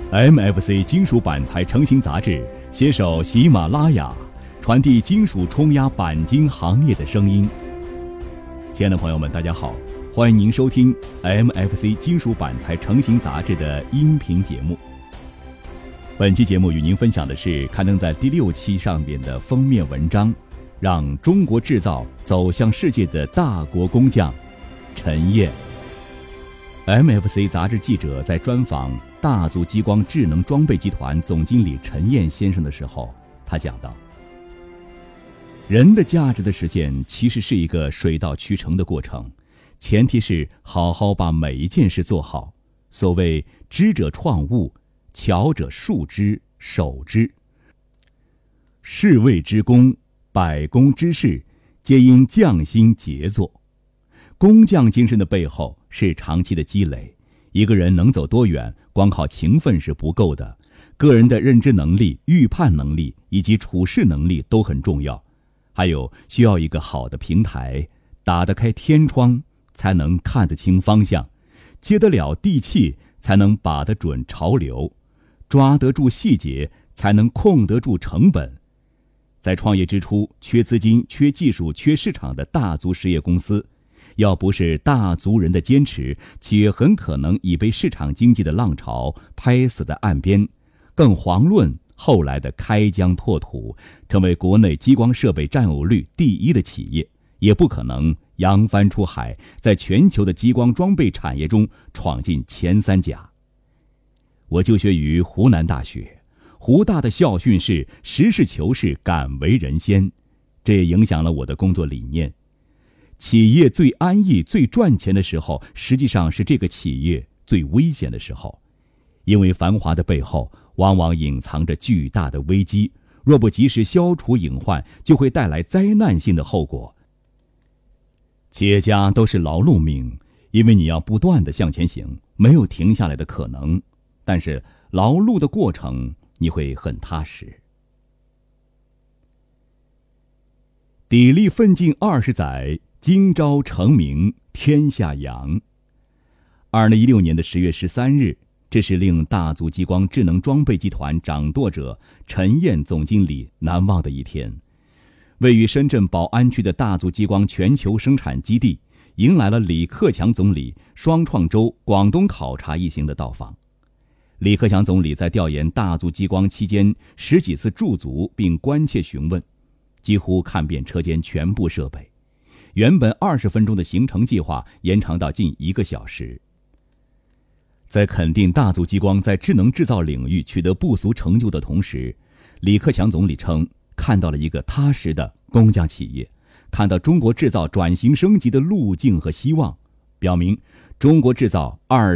MFC 金属板材成型杂志携手喜马拉雅，传递金属冲压钣金行业的声音。亲爱的朋友们，大家好，欢迎您收听 MFC 金属板材成型杂志的音频节目。本期节目与您分享的是刊登在第6期上面的封面文章，让中国制造走向世界的大国工匠陈燕。MFC 杂志记者在专访大族激光智能装备集团总经理陈燕先生的时候，他讲到，人的价值的实现其实是一个水到渠成的过程，前提是好好把每一件事做好。所谓知者创物，巧者述之，守之。士谓之功，百工之事，皆因匠心杰作。工匠精神的背后是长期的积累，一个人能走多远，光靠勤奋是不够的，个人的认知能力、预判能力以及处事能力都很重要，还有需要一个好的平台，打得开天窗才能看得清方向，接得了地气才能把得准潮流，抓得住细节才能控得住成本。在创业之初，缺资金、缺技术、缺市场的大族实业公司，要不是大族人的坚持，企业很可能已被市场经济的浪潮拍死在岸边，更遑论后来的开疆拓土，成为国内激光设备占有率第1的企业，也不可能扬帆出海，在全球的激光装备产业中闯进前3甲。我就学于湖南大学，湖大的校训是实事求是，敢为人先，这也影响了我的工作理念。企业最安逸、最赚钱的时候，实际上是这个企业最危险的时候，因为繁华的背后往往隐藏着巨大的危机，若不及时消除隐患，就会带来灾难性的后果。企业家都是劳碌命，因为你要不断地向前行，没有停下来的可能，但是劳碌的过程你会很踏实。砥砺奋进20载，今朝成名天下扬。2016年的10月13日，这是令大族激光智能装备集团掌舵者陈燕总经理难忘的一天。位于深圳宝安区的大族激光全球生产基地，迎来了李克强总理双创周广东考察一行的到访。李克强总理在调研大族激光期间10几次驻足，并关切询问，几乎看遍车间全部设备。原本20分钟的行程计划延长到近1个小时。在肯定大族激光在智能制造领域取得不俗成就的同时，李克强总理称，看到了一个踏实的工匠企业，看到中国制造转型升级的路径和希望，表明中国制造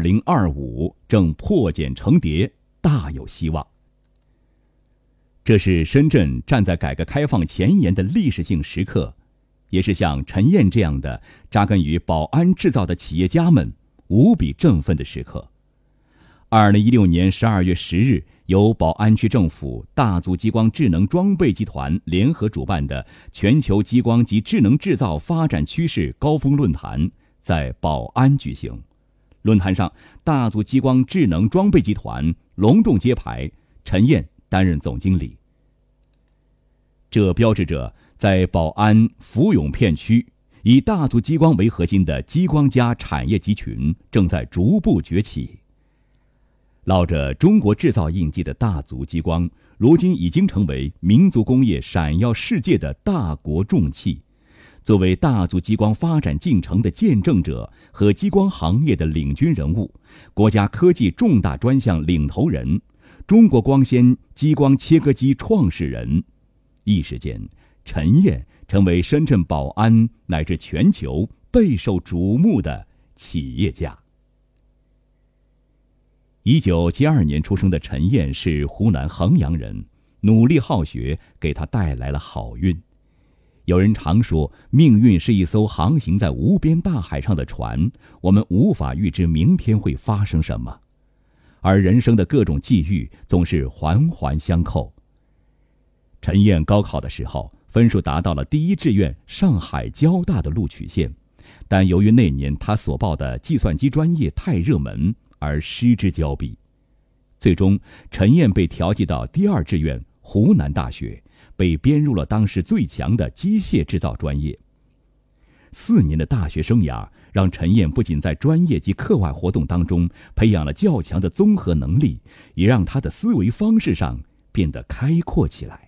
2025正破茧成蝶，大有希望。这是深圳站在改革开放前沿的历史性时刻，也是像陈燕这样的扎根于宝安制造的企业家们无比振奋的时刻。2016年12月10日，由宝安区政府、大族激光智能装备集团联合主办的全球激光及智能制造发展趋势高峰论坛在宝安举行。论坛上，大族激光智能装备集团隆重揭牌，陈燕担任总经理。这标志着在宝安福永片区，以大族激光为核心的激光家产业集群正在逐步崛起。烙着中国制造印记的大族激光，如今已经成为民族工业闪耀世界的大国重器。作为大族激光发展进程的见证者和激光行业的领军人物，国家科技重大专项领头人，中国光纤激光切割机创始人，一时间，陈燕成为深圳宝安乃至全球备受瞩目的企业家。1972年出生的陈燕是湖南衡阳人，努力好学给他带来了好运。有人常说，命运是一艘航行在无边大海上的船，我们无法预知明天会发生什么，而人生的各种际遇总是环环相扣。陈燕高考的时候，分数达到了第1志愿上海交大的录取线，但由于那年他所报的计算机专业太热门，而失之交臂。 最终，陈燕被调剂到第2志愿湖南大学，被编入了当时最强的机械制造专业。4年的大学生涯让陈燕不仅在专业及课外活动当中培养了较强的综合能力，也让他的思维方式上变得开阔起来。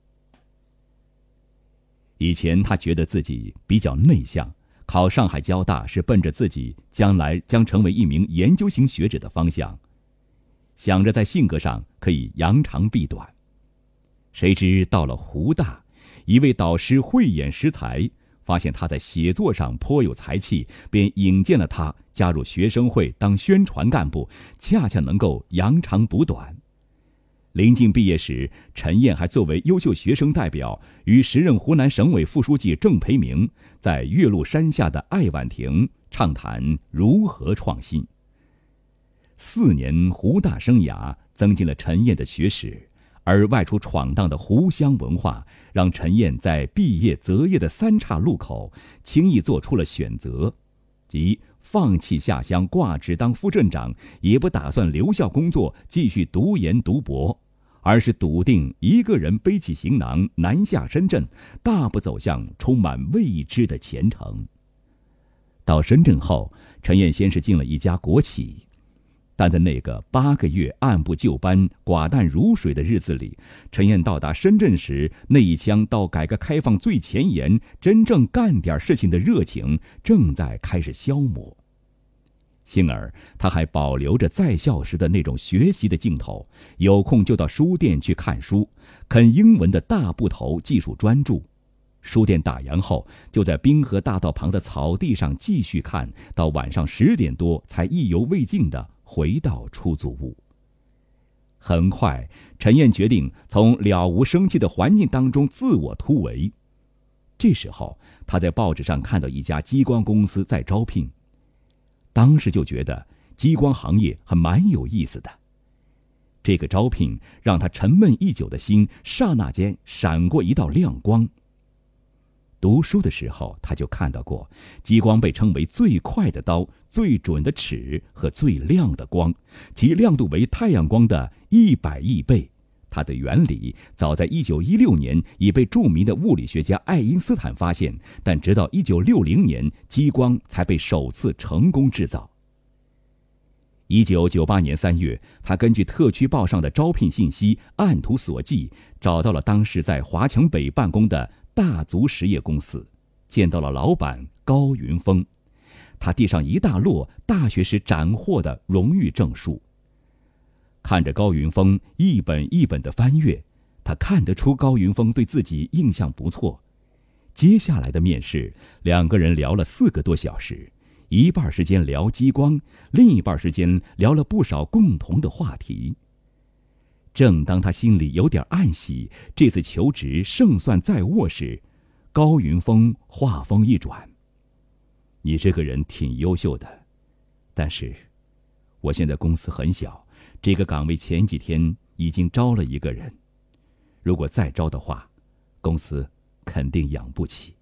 以前他觉得自己比较内向，考上海交大是奔着自己将来将成为一名研究型学者的方向，想着在性格上可以扬长避短。谁知到了湖大，一位导师慧眼识才，发现他在写作上颇有才气，便引荐了他加入学生会当宣传干部，恰恰能够扬长补短。临近毕业时，陈燕还作为优秀学生代表，与时任湖南省委副书记郑培明在岳麓山下的爱晚亭畅谈如何创新。4年湖大生涯增进了陈燕的学识，而外出闯荡的湖湘文化让陈燕在毕业择业的3岔路口轻易做出了选择，即放弃下乡挂职当副镇长，也不打算留校工作继续读研读博，而是笃定一个人背起行囊南下深圳，大步走向充满未知的前程。到深圳后，陈燕先是进了一家国企，但在那个8个月按部就班、寡淡如水的日子里，陈燕到达深圳时，那一腔到改革开放最前沿真正干点事情的热情正在开始消磨。幸而他还保留着在校时的那种学习的劲头，有空就到书店去看书，啃英文的大部头技术专著。书店打烊后，就在滨河大道旁的草地上继续看，到晚上10点多才意犹未尽地回到出租屋。很快，陈燕决定从了无生气的环境当中自我突围。这时候，他在报纸上看到一家激光公司在招聘，当时就觉得激光行业还蛮有意思的。这个招聘让他沉闷已久的心刹那间闪过一道亮光。读书的时候，他就看到过激光被称为最快的刀、最准的尺和最亮的光，其亮度为太阳光的100亿倍。它的原理早在1916年已被著名的物理学家爱因斯坦发现，但直到1960年，激光才被首次成功制造。1998年3月，他根据特区报上的招聘信息按图索骥，找到了当时在华强北办公的大足实业公司，见到了老板高云峰。他递上一大摞大学时斩获的荣誉证书。看着高云峰一本一本的翻阅，他看得出高云峰对自己印象不错。接下来的面试，2个人聊了4个多小时，一半时间聊激光，另一半时间聊了不少共同的话题。正当他心里有点暗喜，这次求职胜算在握时，高云峰话锋一转：“你这个人挺优秀的，但是我现在公司很小，这个岗位前几天已经招了1个人，如果再招的话，公司肯定养不起。”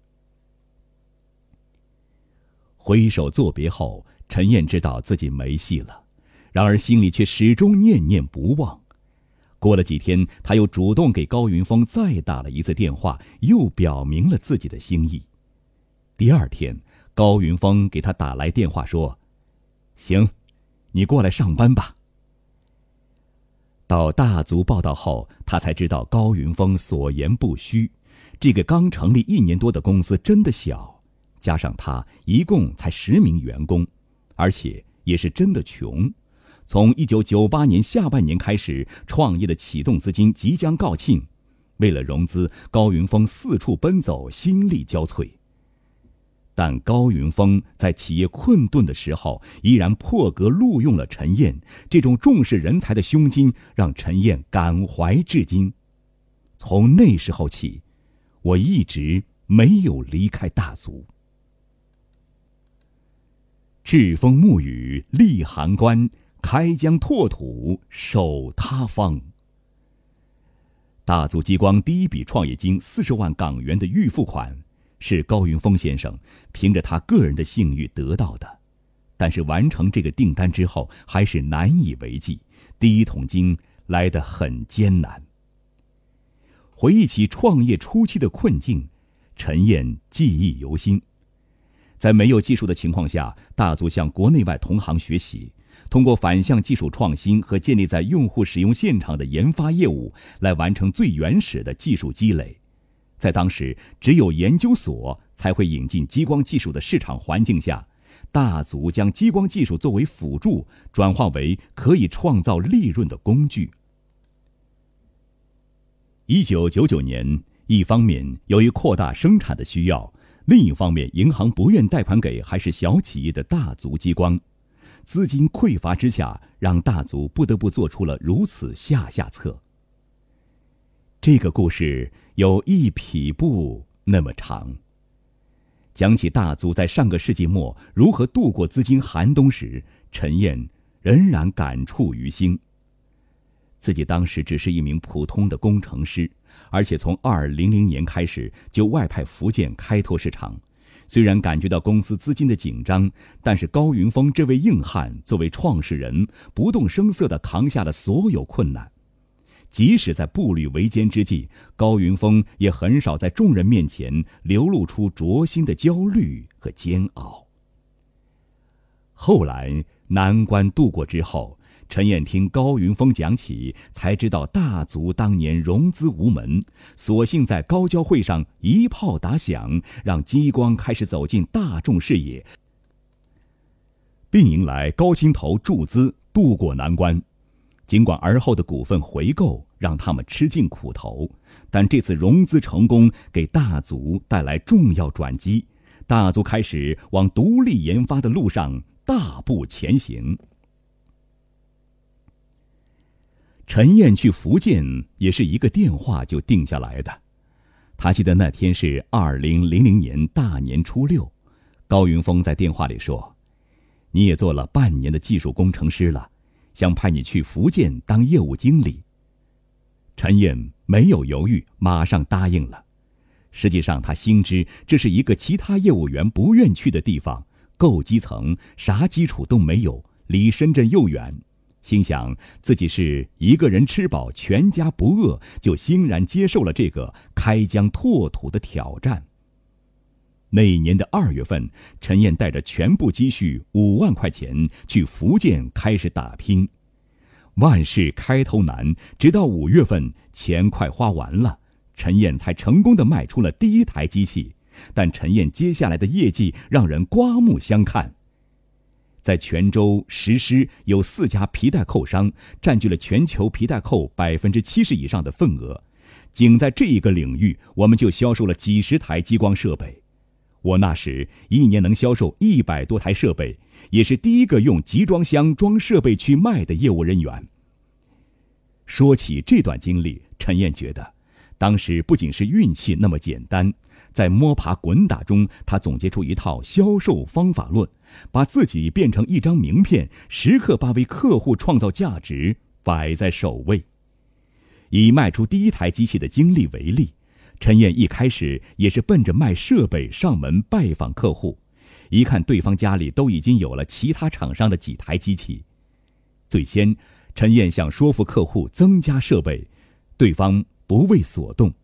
挥手作别后，陈燕知道自己没戏了，然而心里却始终念念不忘。过了几天，他又主动给高云峰再打了1次电话，又表明了自己的心意。第2天，高云峰给他打来电话说：“行，你过来上班吧。”到大足报道后，他才知道高云峰所言不虚，这个刚成立1年多的公司真的小，加上他一共才10名员工，而且也是真的穷。从1998年下半年开始，创业的启动资金即将告罄，为了融资，高云峰四处奔走，心力交瘁。但高云峰在企业困顿的时候，依然破格录用了陈燕，这种重视人才的胸襟让陈燕感怀至今。从那时候起，我一直没有离开大足。栉风沐雨立函关，开疆拓土守他方。大足激光第一笔创业金40万港元的预付款，是高云峰先生凭着他个人的信誉得到的，但是完成这个订单之后还是难以为继， 第一桶金来得很艰难。回忆起创业初期的困境，陈燕记忆犹新。在没有技术的情况下，大族向国内外同行学习，通过反向技术创新和建立在用户使用现场的研发业务来完成最原始的技术积累。在当时只有研究所才会引进激光技术的市场环境下，大族将激光技术作为辅助，转化为可以创造利润的工具。1999年，一方面由于扩大生产的需要，另一方面银行不愿贷款给还是小企业的大族激光，资金匮乏之下，让大族不得不做出了如此下策。这个故事有1匹布那么长。讲起大族在上个世纪末如何度过资金寒冬时，陈燕仍然感触于心。自己当时只是一名普通的工程师，而且从2000年开始就外派福建开拓市场。虽然感觉到公司资金的紧张，但是高云峰这位硬汉作为创始人，不动声色地扛下了所有困难。即使在步履维艰之际，高云峰也很少在众人面前流露出灼心的焦虑和煎熬。后来难关度过之后，陈燕听高云峰讲起，才知道大族当年融资无门，索性在高交会上一炮打响，让激光开始走进大众视野，并迎来高薪投注资，渡过难关。尽管而后的股份回购让他们吃尽苦头，但这次融资成功给大族带来重要转机，大族开始往独立研发的路上大步前行。陈燕去福建也是一个电话就定下来的。他记得那天是2000年大年初6，高云峰在电话里说：“你也做了半年的技术工程师了，想派你去福建当业务经理。”陈燕没有犹豫，马上答应了。实际上他心知这是一个其他业务员不愿去的地方，够基层，啥基础都没有，离深圳又远。心想自己是一个人吃饱全家不饿，就欣然接受了这个开疆拓土的挑战。那一年的2月份，陈燕带着全部积蓄5万块钱去福建开始打拼。万事开头难，直到5月份钱快花完了，陈燕才成功地卖出了第1台机器。但陈燕接下来的业绩让人刮目相看。在泉州石狮有4家皮带扣商，占据了全球皮带扣70%以上的份额。仅在这一个领域，我们就销售了几十台激光设备。我那时1年能销售100多台设备，也是第一个用集装箱装设备去卖的业务人员。说起这段经历，陈燕觉得当时不仅是运气那么简单，在摸爬滚打中，他总结出一套销售方法论，把自己变成一张名片，时刻把为客户创造价值摆在首位。以卖出第1台机器的经历为例，陈燕一开始也是奔着卖设备上门拜访客户，一看对方家里都已经有了其他厂商的几台机器。最先，陈燕想说服客户增加设备，对方不为所动。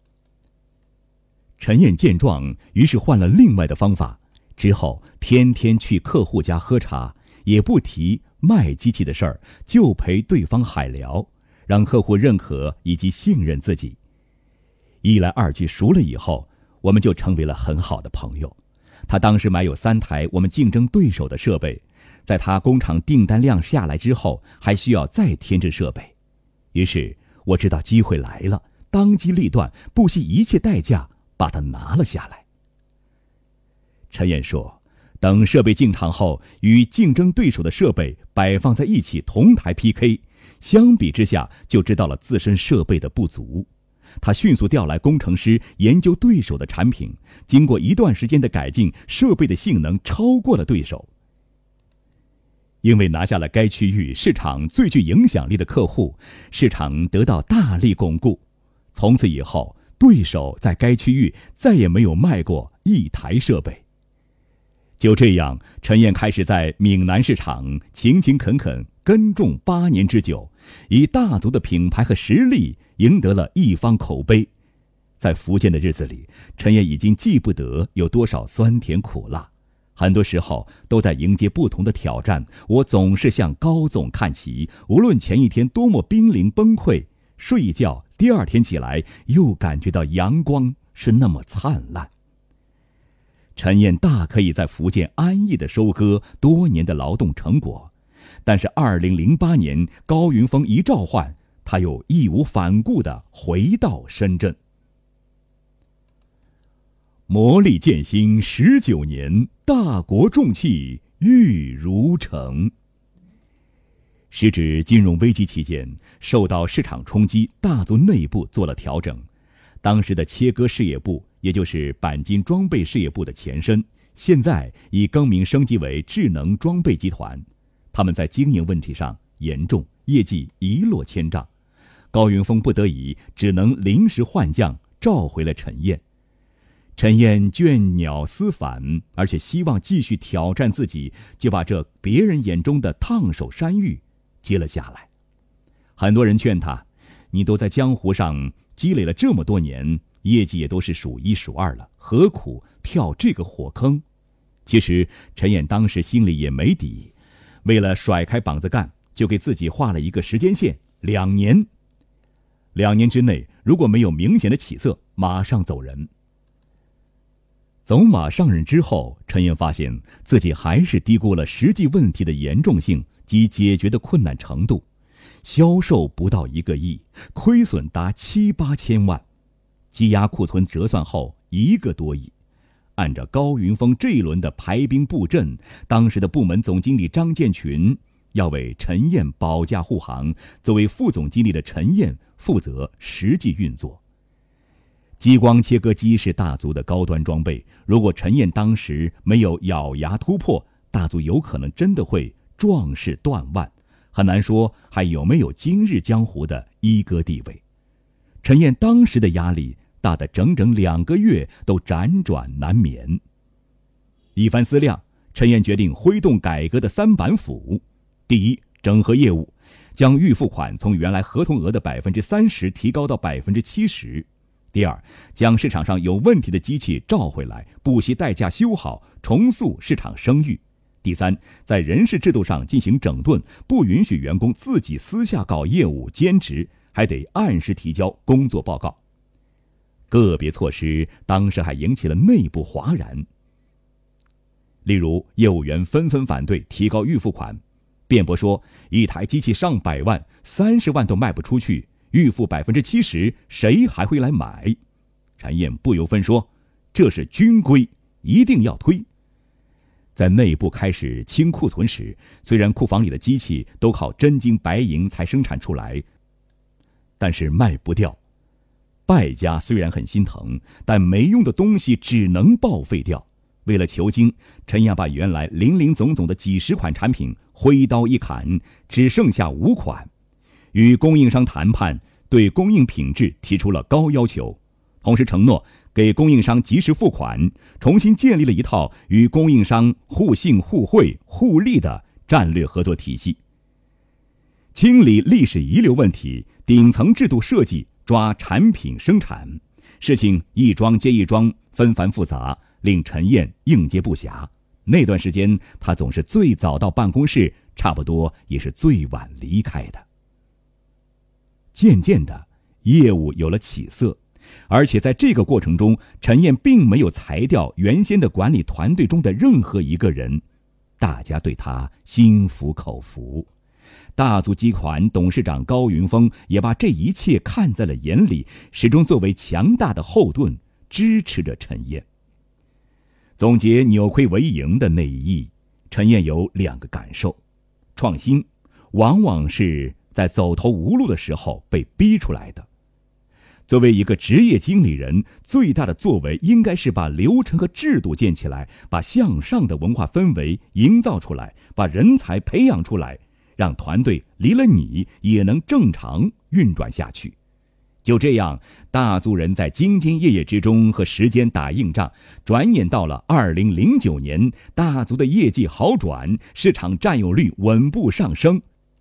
陈燕见状，于是换了另外的方法，之后天天去客户家喝茶，也不提卖机器的事儿，就陪对方海聊，让客户认可以及信任自己。一来二去熟了以后，我们就成为了很好的朋友。他当时买有3台我们竞争对手的设备，在他工厂订单量下来之后，还需要再添置设备。于是我知道机会来了，当机立断，不惜一切代价把它拿了下来。陈燕说，等设备进场后，与竞争对手的设备摆放在一起同台 PK， 相比之下就知道了自身设备的不足。他迅速调来工程师研究对手的产品，经过一段时间的改进，设备的性能超过了对手。因为拿下了该区域市场最具影响力的客户，市场得到大力巩固。从此以后，对手在该区域再也没有卖过1台设备。就这样，陈燕开始在闽南市场勤勤恳恳耕种8年之久，以大族的品牌和实力赢得了一方口碑。在福建的日子里，陈燕已经记不得有多少酸甜苦辣，很多时候都在迎接不同的挑战。我总是向高总看齐，无论前一天多么濒临崩溃，睡一觉，第二天起来又感觉到阳光是那么灿烂。陈燕大可以在福建安逸地收割多年的劳动成果，但是2008年高云峰一召唤，他又义无反顾地回到深圳。磨砺剑心19年，大国重器欲如城。时值金融危机期间，受到市场冲击，大族内部做了调整。当时的切割事业部，也就是钣金装备事业部的前身，现在已更名升级为智能装备集团。他们在经营问题上严重，业绩一落千丈。高云峰不得已只能临时换将，召回了陈燕。陈燕倦鸟思返，而且希望继续挑战自己，就把这别人眼中的烫手山芋接了下来。很多人劝他，你都在江湖上积累了这么多年，业绩也都是数1数2了，何苦跳这个火坑？其实陈燕当时心里也没底，为了甩开膀子干，就给自己画了一个时间线，2年。2年之内如果没有明显的起色，马上走人。走马上任之后，陈燕发现自己还是低估了实际问题的严重性及解决的困难程度。销售不到1个亿，亏损达7、8千万，积压库存折算后1个多亿。按照高云峰这一轮的排兵布阵，当时的部门总经理张建群要为陈燕保驾护航，作为副总经理的陈燕负责实际运作。激光切割机是大族的高端装备，如果陈燕当时没有咬牙突破，大族有可能真的会壮士断腕，很难说还有没有今日江湖的一哥地位。陈燕当时的压力大得整整2个月都辗转难眠。一番思量，陈燕决定挥动改革的3板斧。第一，整合业务，将预付款从原来合同额的30%提高到70%。第二，将市场上有问题的机器召回来，不惜代价修好，重塑市场声誉。第三，在人事制度上进行整顿，不允许员工自己私下搞业务兼职，还得按时提交工作报告。个别措施当时还引起了内部哗然。例如，业务员纷纷反对提高预付款，辩驳说一台机器上百万，30万都卖不出去，预付70%，谁还会来买？陈燕不由分说，这是军规，一定要推。在内部开始清库存时，虽然库房里的机器都靠真金白银才生产出来，但是卖不掉。败家虽然很心疼，但没用的东西只能报废掉。为了求精，陈燕把原来林林总总的几十款产品挥刀一砍，只剩下5款。与供应商谈判，对供应品质提出了高要求，同时承诺给供应商及时付款，重新建立了一套与供应商互信互惠互利的战略合作体系。清理历史遗留问题，顶层制度设计，抓产品生产，事情一桩接一桩，纷繁复杂，令陈燕应接不暇。那段时间，他总是最早到办公室，差不多也是最晚离开的。渐渐的，业务有了起色，而且在这个过程中，陈燕并没有裁掉原先的管理团队中的任何一个人，大家对他心服口服。大族集团董事长高云峰也把这一切看在了眼里，始终作为强大的后盾支持着陈燕。总结扭亏为盈的那一役，陈燕有2个感受：创新往往是在走投无路的时候被逼出来的。作为一个职业经理人，最大的作为应该是把流程和制度建起来，把向上的文化氛围营造出来，把人才培养出来，让团队离了你也能正常运转下去。就这样，大族人在兢兢业业之中和时间打硬仗，转眼到了2009年，大族的业绩好转，市场占有率稳步上升。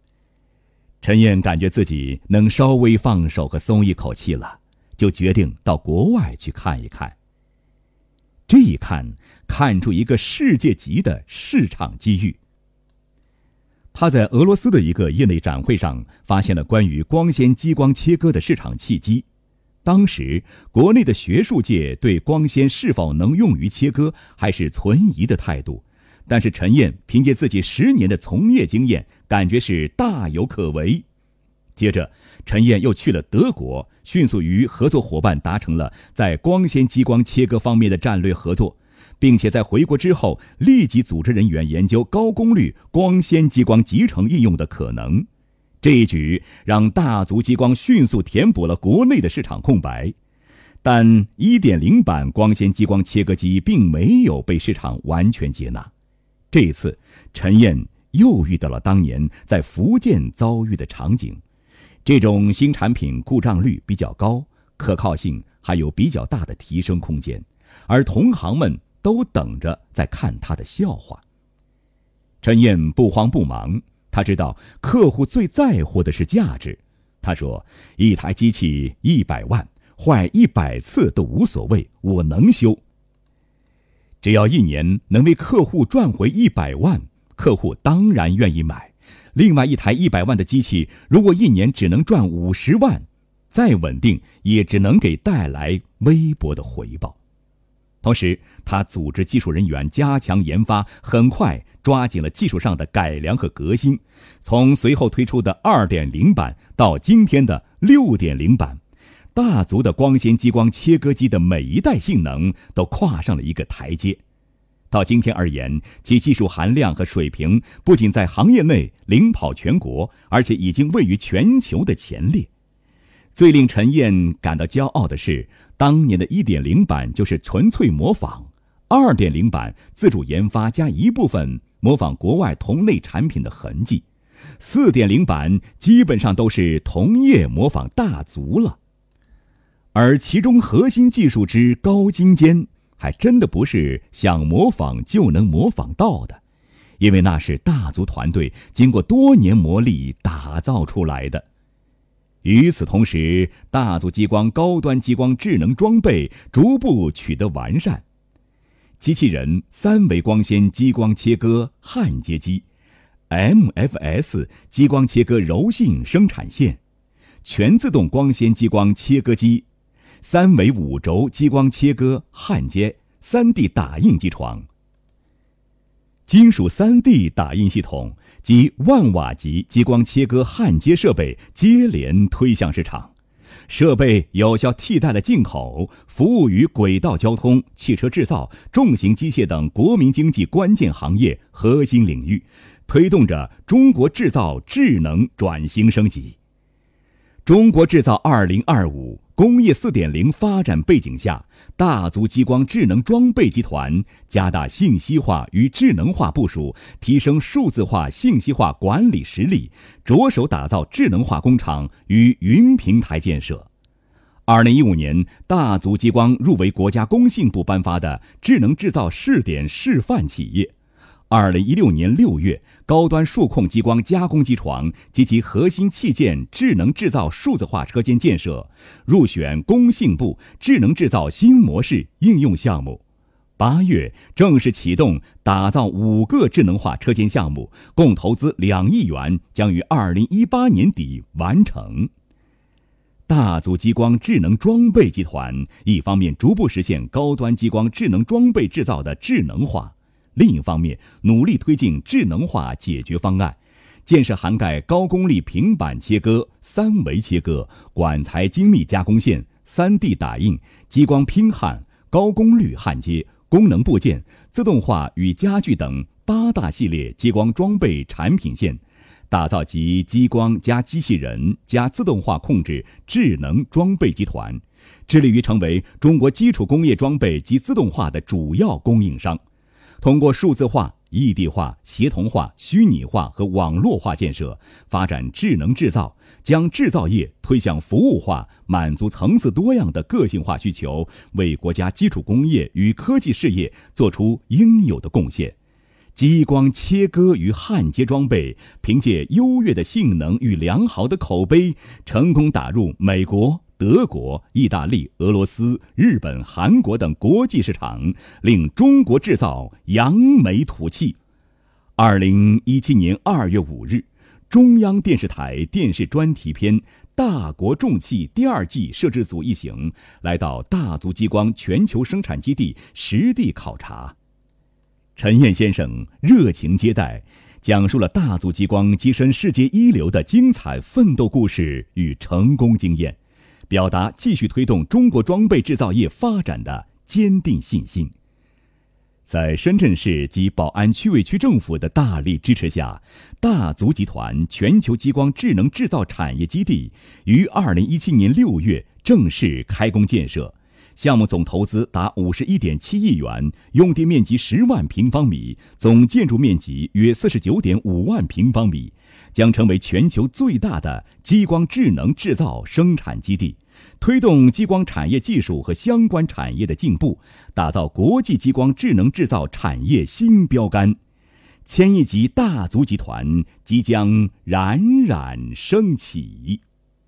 陈燕感觉自己能稍微放手和松一口气了，就决定到国外去看一看。这一看，看出一个世界级的市场机遇。他在俄罗斯的一个业内展会上发现了关于光纤激光切割的市场契机。当时国内的学术界对光纤是否能用于切割还是存疑的态度，但是陈燕凭借自己10年的从业经验，感觉是大有可为。接着陈燕又去了德国，迅速与合作伙伴达成了在光纤激光切割方面的战略合作，并且在回国之后立即组织人员研究高功率光纤激光集成应用的可能。这一举让大族激光迅速填补了国内的市场空白，但 1.0 版光纤激光切割机并没有被市场完全接纳。这一次陈燕又遇到了当年在福建遭遇的场景，这种新产品故障率比较高，可靠性还有比较大的提升空间，而同行们都等着在看他的笑话。陈燕不慌不忙，他知道客户最在乎的是价值。他说，一台机器100万，坏100次都无所谓，我能修。只要1年能为客户赚回100万，客户当然愿意买。另外一台100万的机器，如果1年只能赚50万，再稳定也只能给带来微薄的回报。同时他组织技术人员加强研发，很快抓紧了技术上的改良和革新，从随后推出的 2.0 版到今天的 6.0 版，大族的光纤激光切割机的每一代性能都跨上了一个台阶。到今天而言，其技术含量和水平不仅在行业内领跑全国，而且已经位于全球的前列。最令陈燕感到骄傲的是，当年的 1.0 版就是纯粹模仿， 2.0 版自主研发加一部分模仿国外同类产品的痕迹， 4.0 版基本上都是同业模仿大族了。而其中核心技术之高精尖，还真的不是想模仿就能模仿到的，因为那是大族团队经过多年磨砺打造出来的。与此同时，大族激光高端激光智能装备逐步取得完善。机器人3维光纤激光切割焊接机、MFS 激光切割柔性生产线、全自动光纤激光切割机、3维5轴激光切割焊接 3D 打印机床、金属 3D 打印系统及10000瓦级激光切割焊接设备接连推向市场，设备有效替代了进口，服务于轨道交通、汽车制造、重型机械等国民经济关键行业核心领域，推动着中国制造智能转型升级。中国制造2025工业 4.0 发展背景下，大族激光智能装备集团加大信息化与智能化部署，提升数字化信息化管理实力，着手打造智能化工厂与云平台建设。2015年，大族激光入围国家工信部颁发的智能制造试点示范企业。2016年6月，高端数控激光加工机床及其核心器件智能制造数字化车间建设入选工信部智能制造新模式应用项目。8月正式启动打造5个智能化车间项目，共投资2亿元，将于2018年底完成。大族激光智能装备集团一方面逐步实现高端激光智能装备制造的智能化，另一方面努力推进智能化解决方案，建设涵盖高功率平板切割、3维切割、管材精密加工线、3D 打印、激光拼焊、高功率焊接、功能部件、自动化与家具等8大系列激光装备产品线，打造集激光加机器人加自动化控制智能装备集团，致力于成为中国基础工业装备及自动化的主要供应商。通过数字化、异地化、协同化、虚拟化和网络化建设，发展智能制造，将制造业推向服务化，满足层次多样的个性化需求，为国家基础工业与科技事业做出应有的贡献。 激光切割与焊接装备凭借优越的性能与良好的口碑，成功打入美国、德国、意大利、俄罗斯、日本、韩国等国际市场，令中国制造扬眉吐气。2017年2月5日，中央电视台电视专题片《大国重器》第2季摄制组一行来到大族激光全球生产基地实地考察。陈彦先生热情接待，讲述了大族激光跻身世界一流的精彩奋斗故事与成功经验，表达继续推动中国装备制造业发展的坚定信心。在深圳市及宝安区委区政府的大力支持下，大族集团全球激光智能制造产业基地于2017年6月正式开工建设。项目总投资达51.7亿元，用地面积10万平方米，总建筑面积约49.5万平方米，将成为全球最大的激光智能制造生产基地，推动激光产业技术和相关产业的进步，打造国际激光智能制造产业新标杆。千亿级大族集团即将冉冉升起。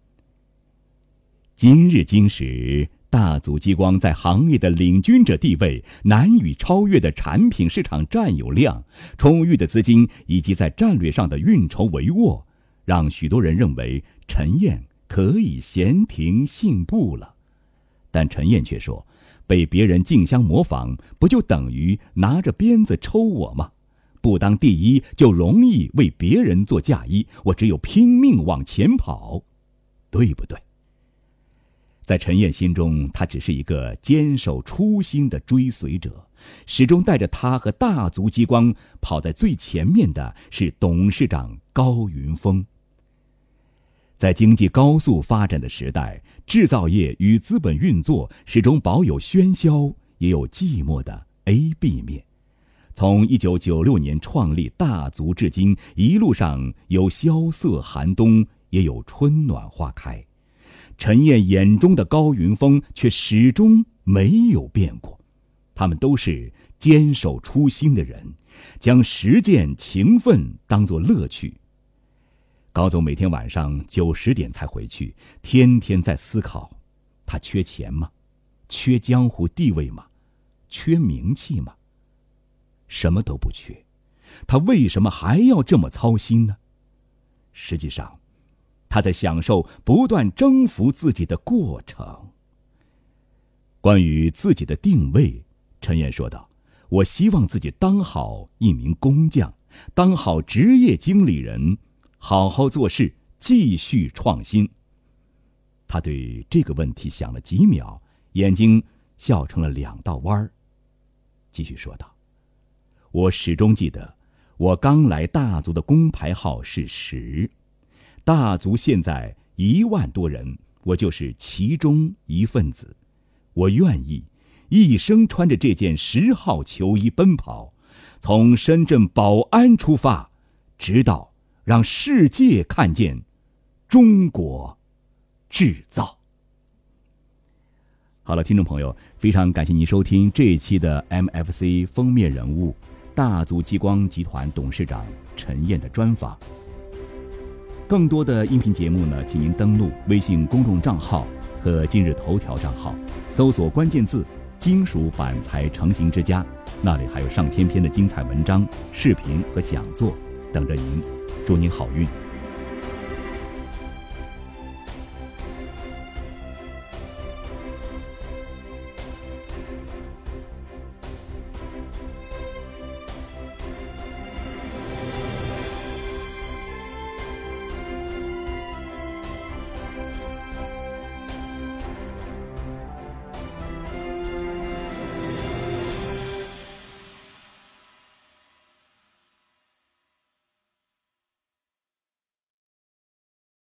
今日今时，大族激光在行业的领军者地位、难以超越的产品市场占有量、充裕的资金以及在战略上的运筹帷幄，让许多人认为陈彦可以闲庭信步了。但陈彦却说，被别人竞相模仿，不就等于拿着鞭子抽我吗？不当第一就容易为别人做嫁衣，我只有拼命往前跑，对不对？在陈彦心中，他只是一个坚守初心的追随者，始终带着他和大族激光跑在最前面的是董事长高云峰。在经济高速发展的时代，制造业与资本运作始终保有喧嚣也有寂寞的 A、B 面。从1996年创立大族至今，一路上有萧瑟寒冬，也有春暖花开。陈彦眼中的高云峰却始终没有变过，他们都是坚守初心的人，将实践勤奋当作乐趣。高总每天晚上9、10点才回去，天天在思考，他缺钱吗？缺江湖地位吗？缺名气吗？什么都不缺，他为什么还要这么操心呢？实际上，他在享受不断征服自己的过程。关于自己的定位，陈彦说道：我希望自己当好一名工匠，当好职业经理人，好好做事，继续创新。他对这个问题想了几秒，眼睛笑成了2道弯儿，继续说道：我始终记得，我刚来大族的工牌号是10，大族现在1万多人，我就是其中一份子。我愿意一生穿着这件10号球衣奔跑，从深圳宝安出发，直到让世界看见中国制造。好了，听众朋友，非常感谢您收听这一期的 MFC 封面人物大族激光集团董事长陈彦的专访。更多的音频节目呢，请您登录微信公众账号和今日头条账号，搜索关键字金属板材成型之家，那里还有上千篇的精彩文章、视频和讲座等着您。祝您好运。